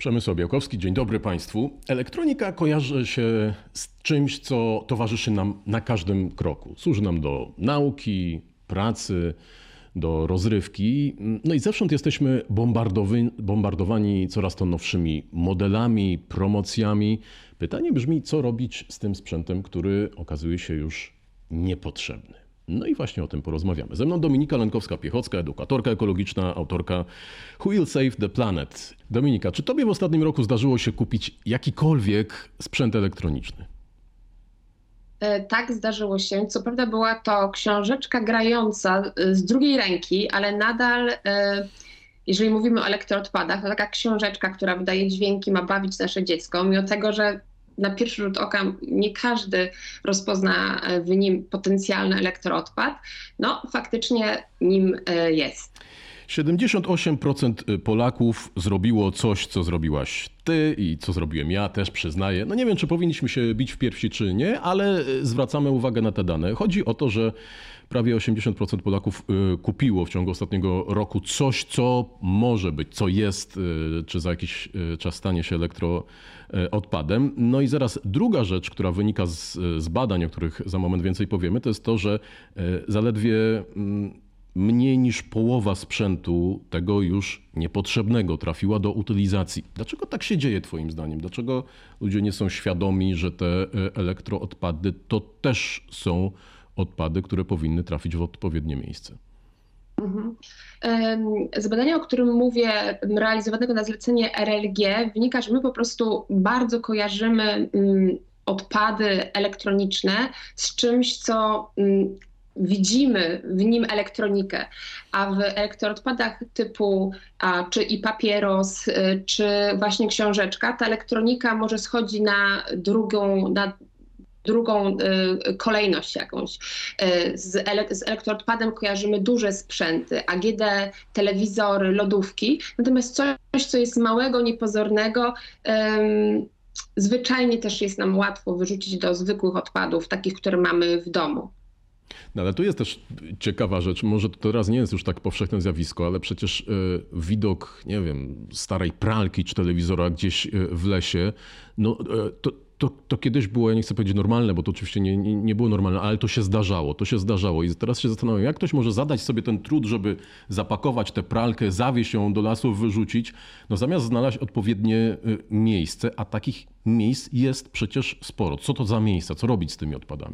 Przemysław Białkowski, dzień dobry Państwu. Elektronika kojarzy się z czymś, co towarzyszy nam na każdym kroku. Służy nam do nauki, pracy, do rozrywki. No i zewsząd jesteśmy bombardowani coraz to nowszymi modelami, promocjami. Pytanie brzmi, co robić z tym sprzętem, który okazuje się już niepotrzebny. No i właśnie o tym porozmawiamy. Ze mną Dominika Lękowska-Piechocka, edukatorka ekologiczna, autorka Who Will Save the Planet. Dominika, czy tobie w ostatnim roku zdarzyło się kupić jakikolwiek sprzęt elektroniczny? Tak, zdarzyło się. Co prawda była to książeczka grająca z drugiej ręki, ale nadal, jeżeli mówimy o elektroodpadach, to taka książeczka, która wydaje dźwięki, ma bawić nasze dziecko, mimo tego, że na pierwszy rzut oka nie każdy rozpozna w nim potencjalny elektroodpad, no faktycznie nim jest. 78% Polaków zrobiło coś, co zrobiłaś ty i co zrobiłem ja, też przyznaję. No nie wiem, czy powinniśmy się bić w piersi, czy nie, ale zwracamy uwagę na te dane. Chodzi o to, że prawie 80% Polaków kupiło w ciągu ostatniego roku coś, co może być, co jest, czy za jakiś czas stanie się elektroodpadem. No i zaraz druga rzecz, która wynika z badań, o których za moment więcej powiemy, to jest to, że zaledwie mniej niż połowa sprzętu tego już niepotrzebnego trafiła do utylizacji. Dlaczego tak się dzieje twoim zdaniem? Dlaczego ludzie nie są świadomi, że te elektroodpady to też są odpady, które powinny trafić w odpowiednie miejsce? Z badania, o którym mówię, realizowanego na zlecenie RLG, wynika, że my po prostu bardzo kojarzymy odpady elektroniczne z czymś, co widzimy w nim elektronikę, a w elektroodpadach typu czy i papieros, czy właśnie książeczka, ta elektronika może schodzi na drugą kolejność jakąś. Z elektroodpadem kojarzymy duże sprzęty, AGD, telewizory, lodówki, natomiast coś, co jest małego, niepozornego, zwyczajnie też jest nam łatwo wyrzucić do zwykłych odpadów, takich, które mamy w domu. No ale tu jest też ciekawa rzecz, może to teraz nie jest już tak powszechne zjawisko, ale przecież widok, nie wiem, starej pralki czy telewizora gdzieś w lesie, no to kiedyś było, ja nie chcę powiedzieć normalne, bo to oczywiście nie było normalne, ale to się zdarzało i teraz się zastanawiam, jak ktoś może zadać sobie ten trud, żeby zapakować tę pralkę, zawieźć ją do lasu, wyrzucić, no zamiast znaleźć odpowiednie miejsce, a takich miejsc jest przecież sporo. Co to za miejsca, co robić z tymi odpadami?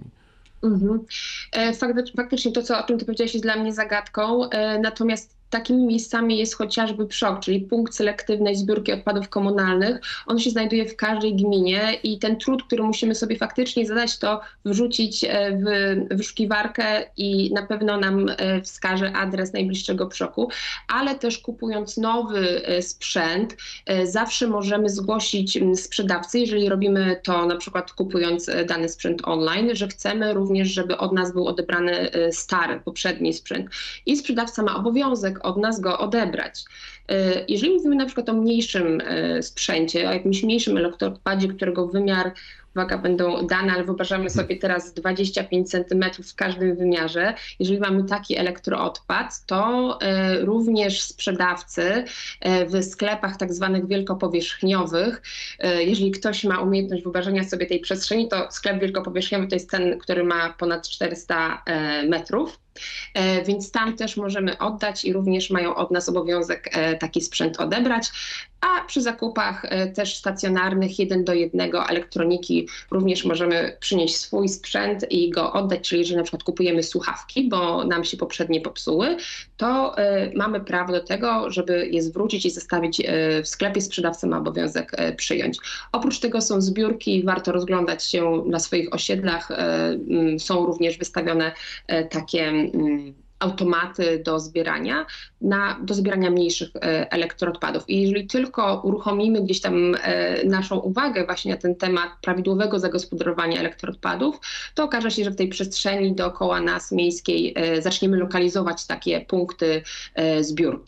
Faktycznie to, o czym ty powiedziałeś, jest dla mnie zagadką, natomiast takimi miejscami jest chociażby PSZOK, czyli punkt selektywnej zbiórki odpadów komunalnych. On się znajduje w każdej gminie i ten trud, który musimy sobie faktycznie zadać, to wrzucić w wyszukiwarkę i na pewno nam wskaże adres najbliższego PSZOK-u, ale też kupując nowy sprzęt, zawsze możemy zgłosić sprzedawcy, jeżeli robimy to na przykład kupując dany sprzęt online, że chcemy również, żeby od nas był odebrany stary, poprzedni sprzęt i sprzedawca ma obowiązek od nas go odebrać. Jeżeli mówimy na przykład o mniejszym sprzęcie, o jakimś mniejszym elektroodpadzie, którego wymiar, uwaga, będą dane, ale wyobrażamy sobie teraz 25 cm w każdym wymiarze. Jeżeli mamy taki elektroodpad, to również sprzedawcy w sklepach tak zwanych wielkopowierzchniowych, jeżeli ktoś ma umiejętność wyobrażenia sobie tej przestrzeni, to sklep wielkopowierzchniowy to jest ten, który ma ponad 400 metrów. Więc tam też możemy oddać i również mają od nas obowiązek taki sprzęt odebrać. A przy zakupach też stacjonarnych 1:1 elektroniki również możemy przynieść swój sprzęt i go oddać, czyli jeżeli na przykład kupujemy słuchawki, bo nam się poprzednie popsuły, to mamy prawo do tego, żeby je zwrócić i zostawić w sklepie. Sprzedawca ma obowiązek przyjąć. Oprócz tego są zbiórki, warto rozglądać się na swoich osiedlach. Są również wystawione takie automaty do zbierania mniejszych elektroodpadów. I jeżeli tylko uruchomimy gdzieś tam naszą uwagę właśnie na ten temat prawidłowego zagospodarowania elektroodpadów, to okaże się, że w tej przestrzeni dookoła nas miejskiej zaczniemy lokalizować takie punkty zbiórki.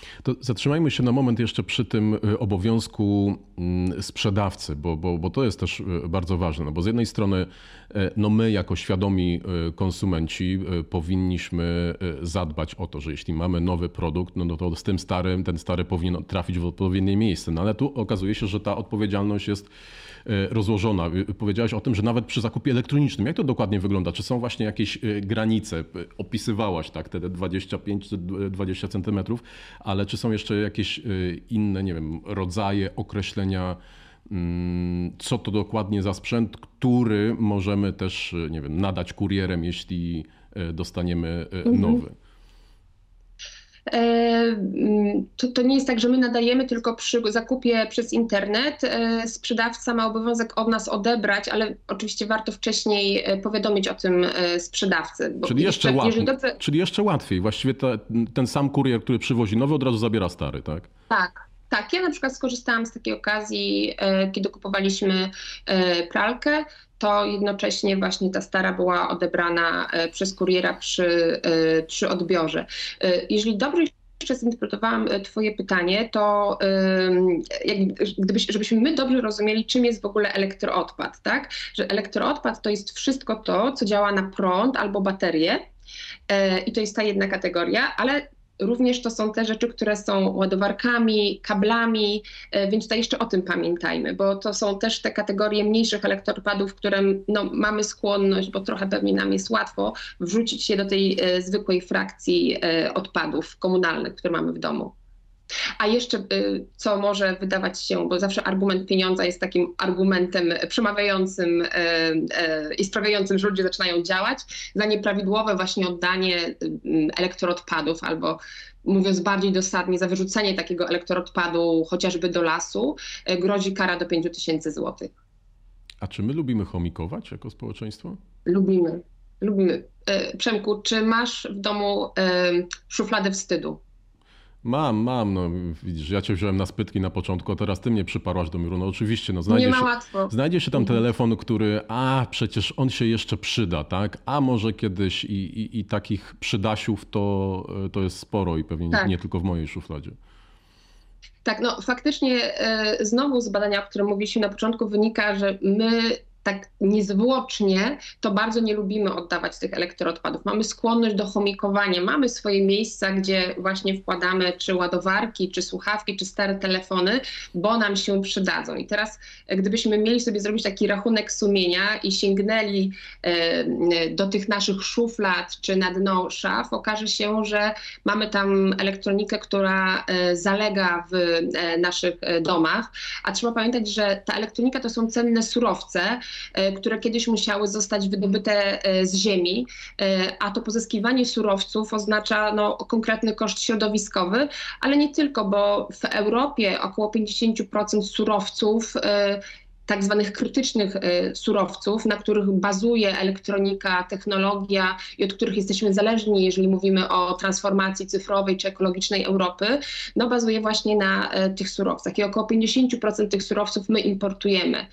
To zatrzymajmy się na moment jeszcze przy tym obowiązku sprzedawcy, bo to jest też bardzo ważne. No bo z jednej strony no my jako świadomi konsumenci powinniśmy zadbać o to, że jeśli mamy nowy produkt, no to z tym starym, ten stary powinien trafić w odpowiednie miejsce. No ale tu okazuje się, że ta odpowiedzialność jest rozłożona. Powiedziałaś o tym, że nawet przy zakupie elektronicznym, jak to dokładnie wygląda? Czy są właśnie jakieś granice? Opisywałaś tak, te 25 czy 20 centymetrów, ale czy są jeszcze jakieś inne, nie wiem, rodzaje określenia, co to dokładnie za sprzęt, który możemy też, nie wiem, nadać kurierem, jeśli dostaniemy nowy? To nie jest tak, że my nadajemy tylko przy zakupie przez internet. Sprzedawca ma obowiązek od nas odebrać, ale oczywiście warto wcześniej powiadomić o tym sprzedawcy. Czyli jeszcze łatwiej. Właściwie ten sam kurier, który przywozi nowy, od razu zabiera stary, tak? Tak. Tak, ja na przykład skorzystałam z takiej okazji, kiedy kupowaliśmy pralkę, to jednocześnie właśnie ta stara była odebrana przez kuriera przy odbiorze. Jeżeli dobrze jeszcze zinterpretowałam Twoje pytanie, to żebyśmy my dobrze rozumieli, czym jest w ogóle elektroodpad, tak? Że elektroodpad to jest wszystko to, co działa na prąd albo baterię i to jest ta jedna kategoria, ale również to są te rzeczy, które są ładowarkami, kablami, więc tutaj jeszcze o tym pamiętajmy, bo to są też te kategorie mniejszych elektroodpadów, które no, mamy skłonność, bo trochę pewnie nam jest łatwo, wrzucić się do tej zwykłej frakcji odpadów komunalnych, które mamy w domu. A jeszcze, co może wydawać się, bo zawsze argument pieniądza jest takim argumentem przemawiającym i sprawiającym, że ludzie zaczynają działać, za nieprawidłowe właśnie oddanie elektroodpadów albo mówiąc bardziej dosadnie, za wyrzucenie takiego elektroodpadu chociażby do lasu grozi kara do 5 000 złotych. A czy my lubimy chomikować jako społeczeństwo? Lubimy. Przemku, czy masz w domu szufladę wstydu? Mam, no widzisz, ja cię wziąłem na spytki na początku, a teraz ty mnie przyparłaś do muru. No oczywiście, no Nie ma łatwo. znajdzie się tam telefon, który, przecież on się jeszcze przyda, tak? A może kiedyś i takich przydasiów to jest sporo i pewnie Tak. nie tylko w mojej szufladzie. Tak, no faktycznie znowu z badania, o którym mówiliśmy na początku, wynika, że my tak niezwłocznie to bardzo nie lubimy oddawać tych elektroodpadów. Mamy skłonność do chomikowania, mamy swoje miejsca, gdzie właśnie wkładamy czy ładowarki, czy słuchawki, czy stare telefony, bo nam się przydadzą. I teraz gdybyśmy mieli sobie zrobić taki rachunek sumienia i sięgnęli do tych naszych szuflad, czy na dno szaf, okaże się, że mamy tam elektronikę, która zalega w naszych domach, a trzeba pamiętać, że ta elektronika to są cenne surowce, które kiedyś musiały zostać wydobyte z ziemi, a to pozyskiwanie surowców oznacza no, konkretny koszt środowiskowy, ale nie tylko, bo w Europie około 50% surowców tak zwanych krytycznych surowców, na których bazuje elektronika, technologia i od których jesteśmy zależni, jeżeli mówimy o transformacji cyfrowej czy ekologicznej Europy, no bazuje właśnie na tych surowcach. I około 50% tych surowców my importujemy.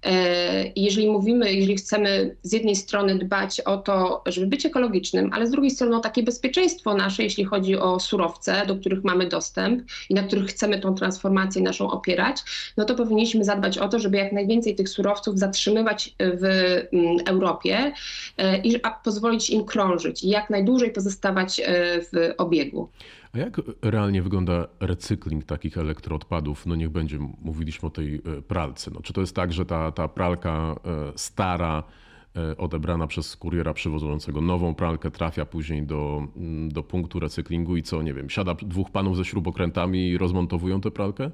I jeżeli chcemy z jednej strony dbać o to, żeby być ekologicznym, ale z drugiej strony o takie bezpieczeństwo nasze, jeśli chodzi o surowce, do których mamy dostęp i na których chcemy tą transformację naszą opierać, no to powinniśmy zadbać o to, żeby jak najwięcej tych surowców zatrzymywać w Europie a pozwolić im krążyć i jak najdłużej pozostawać w obiegu. A jak realnie wygląda recykling takich elektroodpadów? No niech będzie, mówiliśmy o tej pralce. No, czy to jest tak, że ta pralka stara, odebrana przez kuriera przywożącego nową pralkę, trafia później do punktu recyklingu i co, nie wiem, siada dwóch panów ze śrubokrętami i rozmontowują tę pralkę?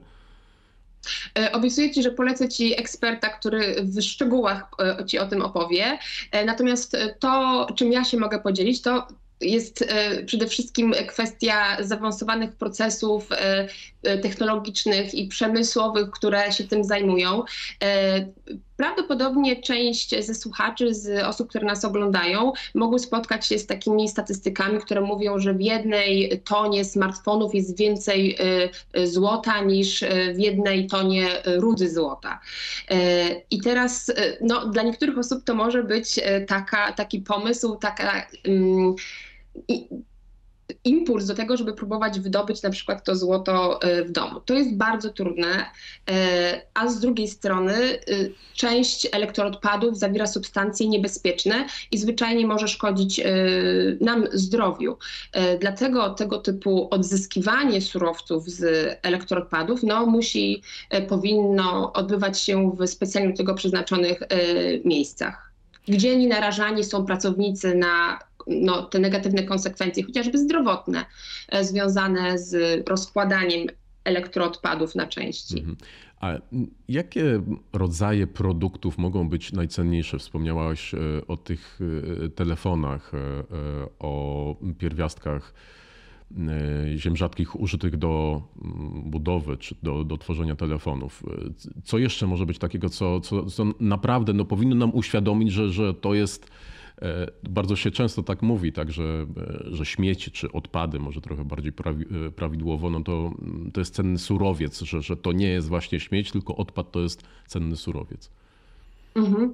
Obiecuję Ci, że polecę Ci eksperta, który w szczegółach Ci o tym opowie. Natomiast to, czym ja się mogę podzielić, to jest przede wszystkim kwestia zaawansowanych procesów technologicznych i przemysłowych, które się tym zajmują. Prawdopodobnie część ze słuchaczy, z osób, które nas oglądają, mogły spotkać się z takimi statystykami, które mówią, że w jednej tonie smartfonów jest więcej złota niż w jednej tonie rudy złota. I teraz no, dla niektórych osób to może być taki pomysł, impuls do tego, żeby próbować wydobyć na przykład to złoto w domu. To jest bardzo trudne, a z drugiej strony część elektroodpadów zawiera substancje niebezpieczne i zwyczajnie może szkodzić nam zdrowiu. Dlatego tego typu odzyskiwanie surowców z elektroodpadów powinno odbywać się w specjalnie do tego przeznaczonych miejscach, gdzie nie narażani są pracownicy na te negatywne konsekwencje, chociażby zdrowotne, związane z rozkładaniem elektroodpadów na części. Mhm. A jakie rodzaje produktów mogą być najcenniejsze? Wspomniałaś o tych telefonach, o pierwiastkach ziem rzadkich użytych do budowy czy do tworzenia telefonów. Co jeszcze może być takiego, co naprawdę powinno nam uświadomić, że to jest, bardzo się często tak mówi, tak, że śmieci czy odpady, może trochę bardziej prawidłowo, to jest cenny surowiec, że to nie jest właśnie śmieć, tylko odpad to jest cenny surowiec. Mhm.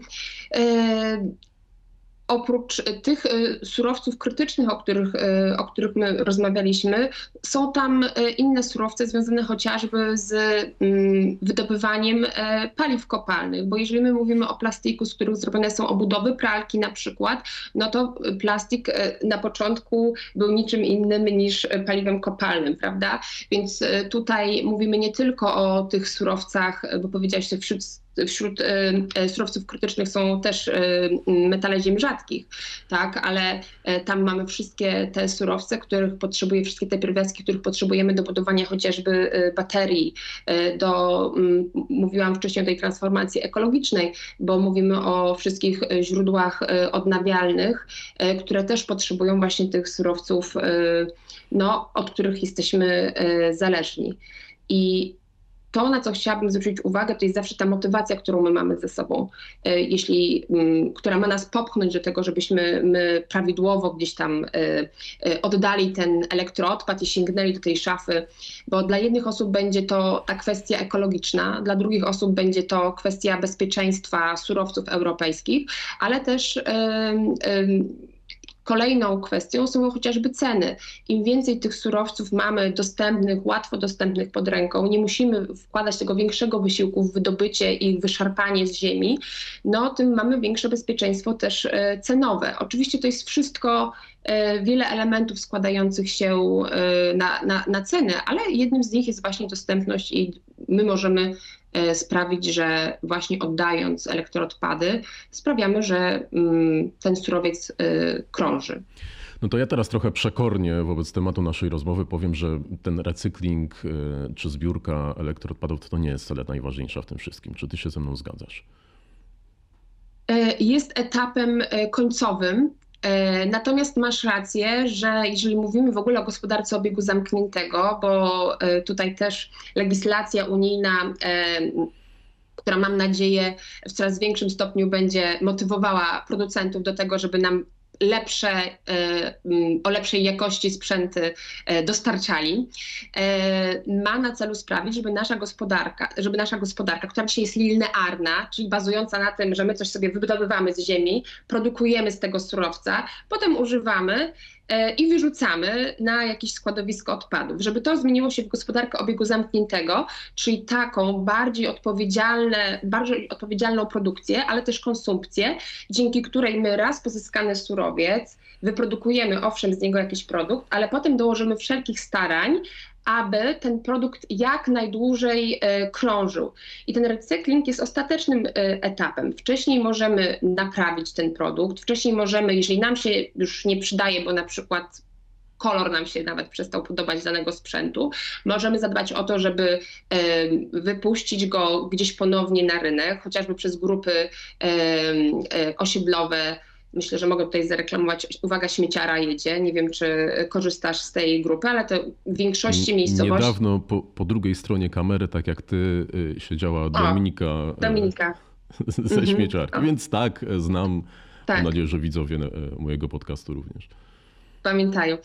Oprócz tych surowców krytycznych, o których my rozmawialiśmy, są tam inne surowce związane chociażby z wydobywaniem paliw kopalnych, bo jeżeli my mówimy o plastiku, z których zrobione są obudowy pralki na przykład, to plastik na początku był niczym innym niż paliwem kopalnym, prawda? Więc tutaj mówimy nie tylko o tych surowcach, bo powiedziałaś, że wśród surowców krytycznych są też metale ziem rzadkich, tak, ale tam mamy wszystkie te surowce, wszystkie te pierwiastki, których potrzebujemy do budowania chociażby baterii, mówiłam wcześniej o tej transformacji ekologicznej, bo mówimy o wszystkich źródłach odnawialnych, które też potrzebują właśnie tych surowców, od których jesteśmy zależni. I to, na co chciałabym zwrócić uwagę, to jest zawsze ta motywacja, którą my mamy ze sobą, która ma nas popchnąć do tego, żebyśmy my prawidłowo gdzieś tam oddali ten elektroodpad i sięgnęli do tej szafy, bo dla jednych osób będzie to ta kwestia ekologiczna, dla drugich osób będzie to kwestia bezpieczeństwa surowców europejskich, ale też kolejną kwestią są chociażby ceny. Im więcej tych surowców mamy dostępnych, łatwo dostępnych pod ręką, nie musimy wkładać tego większego wysiłku w wydobycie i wyszarpanie z ziemi, tym mamy większe bezpieczeństwo też cenowe. Oczywiście to jest wszystko wiele elementów składających się na cenę, ale jednym z nich jest właśnie dostępność i my możemy sprawić, że właśnie oddając elektroodpady sprawiamy, że ten surowiec krąży. No to ja teraz trochę przekornie wobec tematu naszej rozmowy powiem, że ten recykling czy zbiórka elektroodpadów to nie jest wcale najważniejsza w tym wszystkim. Czy ty się ze mną zgadzasz? Jest etapem końcowym. Natomiast masz rację, że jeżeli mówimy w ogóle o gospodarce obiegu zamkniętego, bo tutaj też legislacja unijna, która mam nadzieję w coraz większym stopniu będzie motywowała producentów do tego, żeby nam o lepszej jakości sprzęty dostarczali, ma na celu sprawić, żeby nasza gospodarka, która dzisiaj jest linearna, czyli bazująca na tym, że my coś sobie wydobywamy z ziemi, produkujemy z tego surowca, potem używamy i wyrzucamy na jakieś składowisko odpadów. Żeby to zmieniło się w gospodarkę obiegu zamkniętego, czyli taką bardziej odpowiedzialną produkcję, ale też konsumpcję, dzięki której my raz pozyskany surowiec wyprodukujemy owszem z niego jakiś produkt, ale potem dołożymy wszelkich starań, aby ten produkt jak najdłużej krążył. I ten recykling jest ostatecznym etapem. Wcześniej możemy naprawić ten produkt, wcześniej możemy, jeżeli nam się już nie przydaje, bo na przykład kolor nam się nawet przestał podobać z danego sprzętu, możemy zadbać o to, żeby wypuścić go gdzieś ponownie na rynek, chociażby przez grupy osiedlowe. Myślę, że mogę tutaj zareklamować. Uwaga, śmieciara jedzie. Nie wiem, czy korzystasz z tej grupy, ale to w większości miejscowości... Niedawno po drugiej stronie kamery, tak jak ty, siedziała Dominika ze śmieciarki. Więc tak, znam. Tak. Mam nadzieję, że widzowie mojego podcastu również. Pamiętają.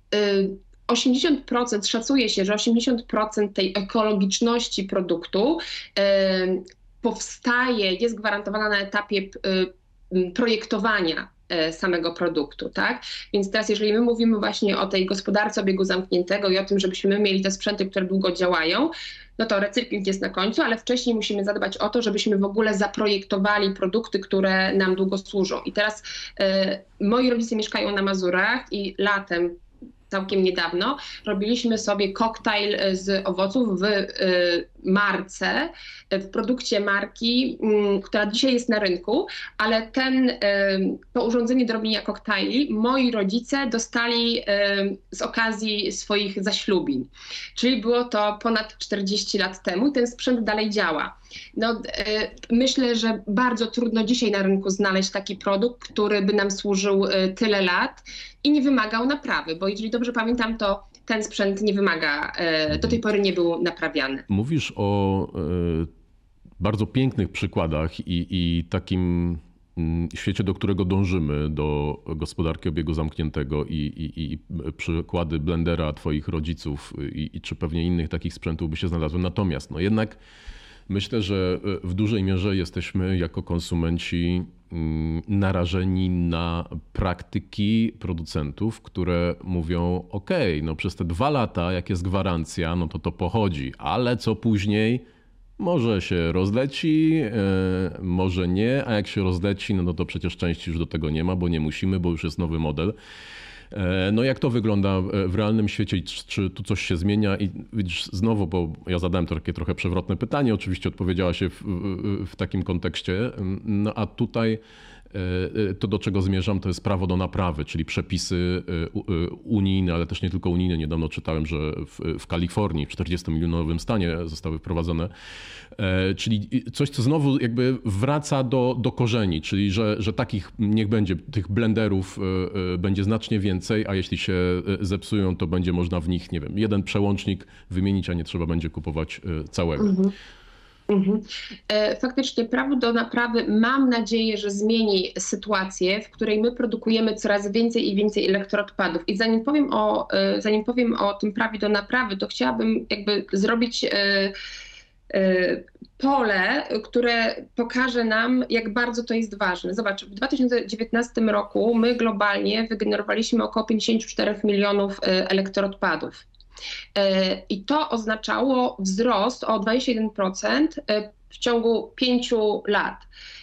80%, szacuje się, że 80% tej ekologiczności produktu powstaje, jest gwarantowana na etapie projektowania samego produktu, tak? Więc teraz jeżeli my mówimy właśnie o tej gospodarce obiegu zamkniętego i o tym, żebyśmy mieli te sprzęty, które długo działają, no to recykling jest na końcu, ale wcześniej musimy zadbać o to, żebyśmy w ogóle zaprojektowali produkty, które nam długo służą. I teraz moi rodzice mieszkają na Mazurach i latem, całkiem niedawno, robiliśmy sobie koktajl z owoców w marce, w produkcie marki, która dzisiaj jest na rynku, ale to urządzenie do robienia koktajli moi rodzice dostali z okazji swoich zaślubin. Czyli było to ponad 40 lat temu i ten sprzęt dalej działa. No, myślę, że bardzo trudno dzisiaj na rynku znaleźć taki produkt, który by nam służył tyle lat i nie wymagał naprawy, bo jeżeli dobrze pamiętam, to ten sprzęt nie wymaga, do tej pory nie był naprawiany. Mówisz o bardzo pięknych przykładach i takim świecie, do którego dążymy, do gospodarki obiegu zamkniętego i przykłady blendera twoich rodziców i czy pewnie innych takich sprzętów by się znalazły. Natomiast no jednak myślę, że w dużej mierze jesteśmy jako konsumenci narażeni na praktyki producentów, które mówią: OK, no przez te 2 lata, jak jest gwarancja, no to pochodzi, ale co później może się rozleci, może nie, a jak się rozleci, no to przecież części już do tego nie ma, bo nie musimy, bo już jest nowy model. No jak to wygląda w realnym świecie i czy tu coś się zmienia? I widzisz, znowu, bo ja zadałem to takie trochę przewrotne pytanie, oczywiście odpowiedziała się w takim kontekście, no a tutaj to, do czego zmierzam, to jest prawo do naprawy, czyli przepisy unijne, ale też nie tylko unijne. Niedawno czytałem, że w Kalifornii, w 40-milionowym stanie zostały wprowadzone. Czyli coś, co znowu jakby wraca do korzeni, czyli że takich, niech będzie, tych blenderów będzie znacznie więcej, a jeśli się zepsują, to będzie można w nich, nie wiem, jeden przełącznik wymienić, a nie trzeba będzie kupować całego. Faktycznie prawo do naprawy, mam nadzieję, że zmieni sytuację, w której my produkujemy coraz więcej i więcej elektroodpadów. I zanim powiem o tym prawie do naprawy, to chciałabym jakby zrobić pole, które pokaże nam, jak bardzo to jest ważne. Zobacz, w 2019 roku my globalnie wygenerowaliśmy około 54 milionów elektroodpadów. I to oznaczało wzrost o 21% w ciągu 5 lat.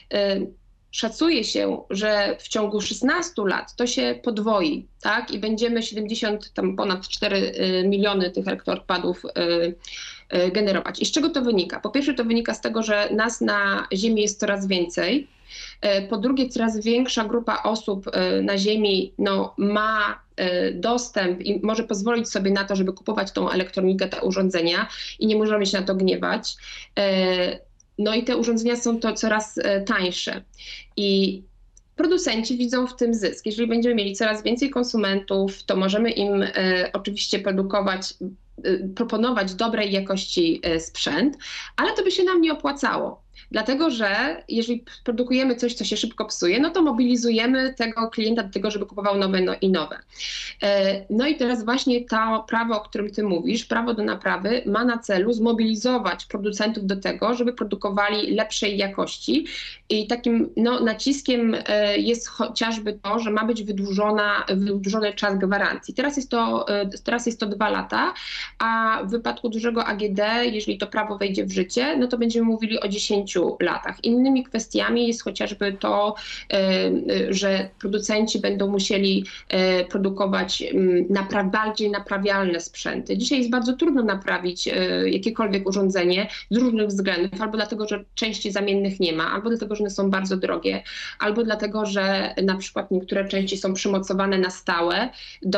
Szacuje się, że w ciągu 16 lat to się podwoi, tak? I będziemy ponad 4 miliony tych elektroodpadów generować. I z czego to wynika? Po pierwsze, to wynika z tego, że nas na Ziemi jest coraz więcej. Po drugie, coraz większa grupa osób na Ziemi ma dostęp i może pozwolić sobie na to, żeby kupować tą elektronikę, te urządzenia i nie możemy się na to gniewać. No i te urządzenia są to coraz tańsze. I producenci widzą w tym zysk. Jeżeli będziemy mieli coraz więcej konsumentów, to możemy im oczywiście proponować dobrej jakości sprzęt, ale to by się nam nie opłacało. Dlatego, że jeżeli produkujemy coś, co się szybko psuje, no to mobilizujemy tego klienta do tego, żeby kupował nowe i nowe. No i teraz właśnie to prawo, o którym ty mówisz, prawo do naprawy, ma na celu zmobilizować producentów do tego, żeby produkowali lepszej jakości. I takim naciskiem jest chociażby to, że ma być wydłużony czas gwarancji. Teraz jest to 2 lata, a w wypadku dużego AGD, jeżeli to prawo wejdzie w życie, no to będziemy mówili o 10 latach. Innymi kwestiami jest chociażby to, że producenci będą musieli produkować bardziej naprawialne sprzęty. Dzisiaj jest bardzo trudno naprawić jakiekolwiek urządzenie z różnych względów, albo dlatego, że części zamiennych nie ma, albo dlatego, że one są bardzo drogie, albo dlatego, że na przykład niektóre części są przymocowane na stałe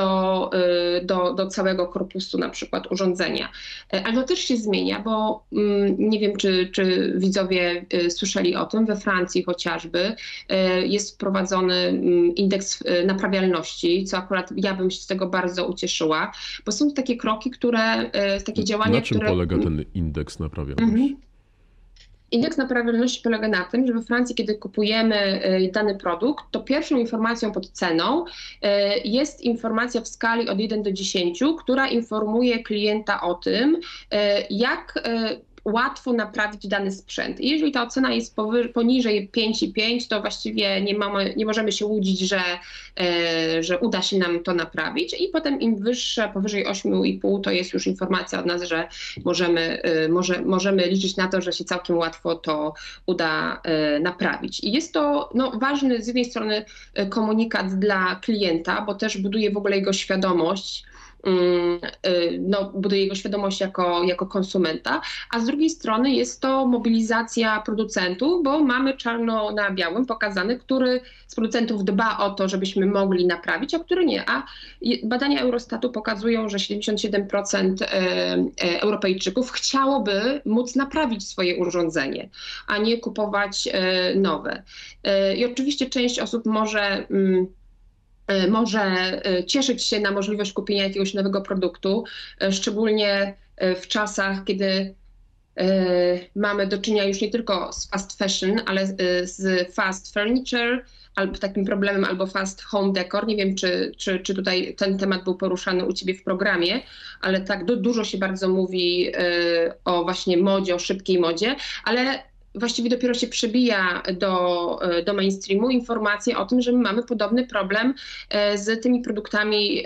do całego korpusu na przykład urządzenia. Ale to też się zmienia, bo nie wiem, czy widzowie słyszeli o tym, we Francji chociażby jest wprowadzony indeks naprawialności, co akurat ja bym się z tego bardzo ucieszyła, bo są to takie kroki, takie działania, Na czym polega ten indeks naprawialności? Indeks naprawialności polega na tym, że we Francji, kiedy kupujemy dany produkt, to pierwszą informacją pod ceną jest informacja w skali od 1 do 10, która informuje klienta o tym, jak łatwo naprawić dany sprzęt. I jeżeli ta ocena jest poniżej 5,5, to właściwie nie możemy się łudzić, że uda się nam to naprawić. I potem im wyższe, powyżej 8,5, to jest już informacja od nas, że możemy liczyć na to, że się całkiem łatwo to uda naprawić. I jest to ważny z jednej strony komunikat dla klienta, bo też buduje w ogóle jego świadomość, buduje jego świadomość jako konsumenta, a z drugiej strony jest to mobilizacja producentów, bo mamy czarno na białym pokazane, który z producentów dba o to, żebyśmy mogli naprawić, a który nie. A badania Eurostatu pokazują, że 77% Europejczyków chciałoby móc naprawić swoje urządzenie, a nie kupować nowe. I oczywiście część osób może cieszyć się na możliwość kupienia jakiegoś nowego produktu, szczególnie w czasach, kiedy mamy do czynienia już nie tylko z fast fashion, ale z fast furniture, albo takim problemem, albo fast home decor. Nie wiem, czy tutaj ten temat był poruszany u ciebie w programie, ale tak dużo się bardzo mówi o właśnie modzie, o szybkiej modzie, ale właściwie dopiero się przebija do mainstreamu informacje o tym, że my mamy podobny problem z tymi produktami,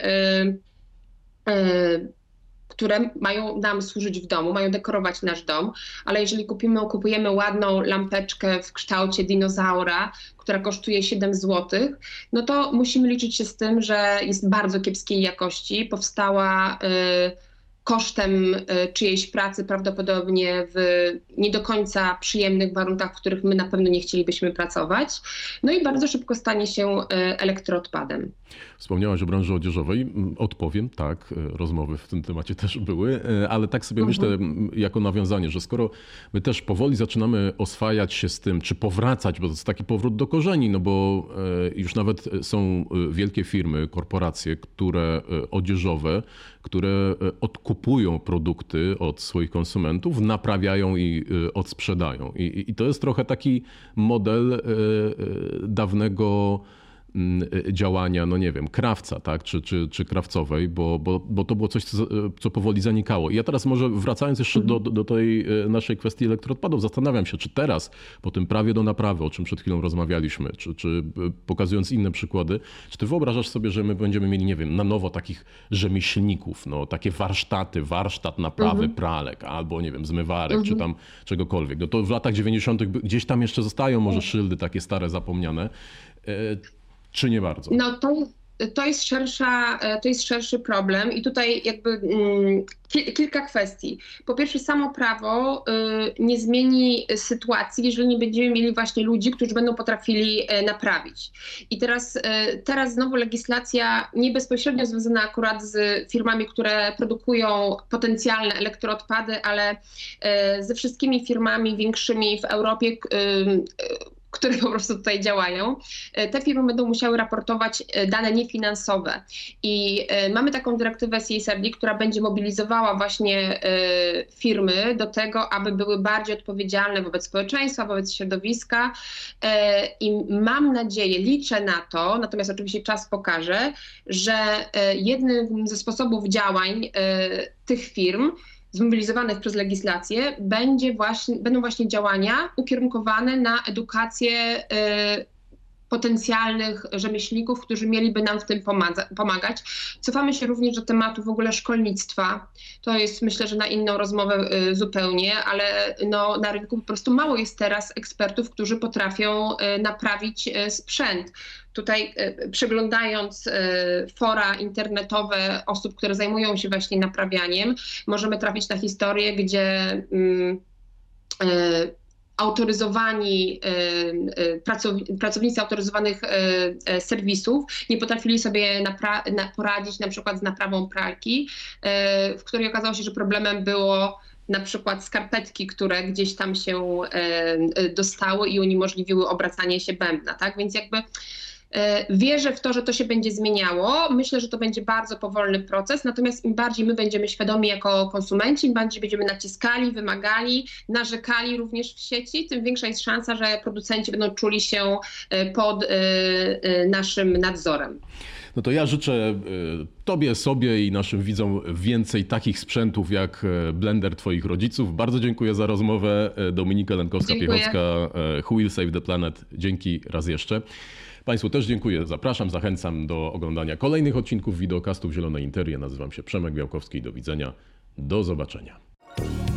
które mają nam służyć w domu, mają dekorować nasz dom, ale jeżeli kupujemy ładną lampeczkę w kształcie dinozaura, która kosztuje 7 zł, no to musimy liczyć się z tym, że jest bardzo kiepskiej jakości, powstała kosztem czyjejś pracy, prawdopodobnie w nie do końca przyjemnych warunkach, w których my na pewno nie chcielibyśmy pracować. No i bardzo szybko stanie się elektroodpadem. Wspomniałaś o branży odzieżowej. Odpowiem, tak, rozmowy w tym temacie też były, ale tak sobie myślę jako nawiązanie, że skoro my też powoli zaczynamy oswajać się z tym, czy powracać, bo to jest taki powrót do korzeni, no bo już nawet są wielkie firmy, korporacje, odzieżowe, które odkupują produkty od swoich konsumentów, naprawiają i odsprzedają. I to jest trochę taki model dawnego działania, no nie wiem, krawca, tak, czy krawcowej, bo to było coś, co powoli zanikało. I ja teraz może wracając jeszcze do tej naszej kwestii elektroodpadów, zastanawiam się, czy teraz po tym prawie do naprawy, o czym przed chwilą rozmawialiśmy, czy pokazując inne przykłady, czy ty wyobrażasz sobie, że my będziemy mieli, nie wiem, na nowo takich rzemieślników, no takie warsztat naprawy pralek, albo nie wiem, zmywarek, czy tam czegokolwiek. No to w latach 90. gdzieś tam jeszcze zostają może szyldy takie stare, zapomniane. Czy nie bardzo? No to jest szerszy problem i tutaj jakby kilka kwestii. Po pierwsze, samo prawo nie zmieni sytuacji, jeżeli nie będziemy mieli właśnie ludzi, którzy będą potrafili naprawić. I teraz znowu legislacja nie bezpośrednio związana akurat z firmami, które produkują potencjalne elektroodpady, ale ze wszystkimi firmami większymi w Europie, które po prostu tutaj działają, te firmy będą musiały raportować dane niefinansowe. I mamy taką dyrektywę CSRD, która będzie mobilizowała właśnie firmy do tego, aby były bardziej odpowiedzialne wobec społeczeństwa, wobec środowiska. I mam nadzieję, liczę na to, natomiast oczywiście czas pokaże, że jednym ze sposobów działań tych firm zmobilizowanych przez legislację będą właśnie działania ukierunkowane na edukację potencjalnych rzemieślników, którzy mieliby nam w tym pomagać. Cofamy się również do tematu w ogóle szkolnictwa. To jest, myślę, że na inną rozmowę zupełnie, ale no, na rynku po prostu mało jest teraz ekspertów, którzy potrafią naprawić sprzęt. Tutaj przeglądając fora internetowe osób, które zajmują się właśnie naprawianiem, możemy trafić na historię, gdzie autoryzowani pracownicy autoryzowanych serwisów nie potrafili sobie poradzić na przykład z naprawą pralki, w której okazało się, że problemem było na przykład skarpetki, które gdzieś tam się dostały i uniemożliwiły obracanie się bębna, tak? Więc jakby wierzę w to, że to się będzie zmieniało. Myślę, że to będzie bardzo powolny proces, natomiast im bardziej my będziemy świadomi jako konsumenci, im bardziej będziemy naciskali, wymagali, narzekali również w sieci, tym większa jest szansa, że producenci będą czuli się pod naszym nadzorem. No to ja życzę tobie, sobie i naszym widzom więcej takich sprzętów jak blender twoich rodziców. Bardzo dziękuję za rozmowę. Dominika Lenkowska-Piechocka, Who Will Save the Planet. Dzięki raz jeszcze. Państwu też dziękuję. Zapraszam, zachęcam do oglądania kolejnych odcinków wideokastów Zielonej Interii. Nazywam się Przemek Białkowski. Do widzenia. Do zobaczenia.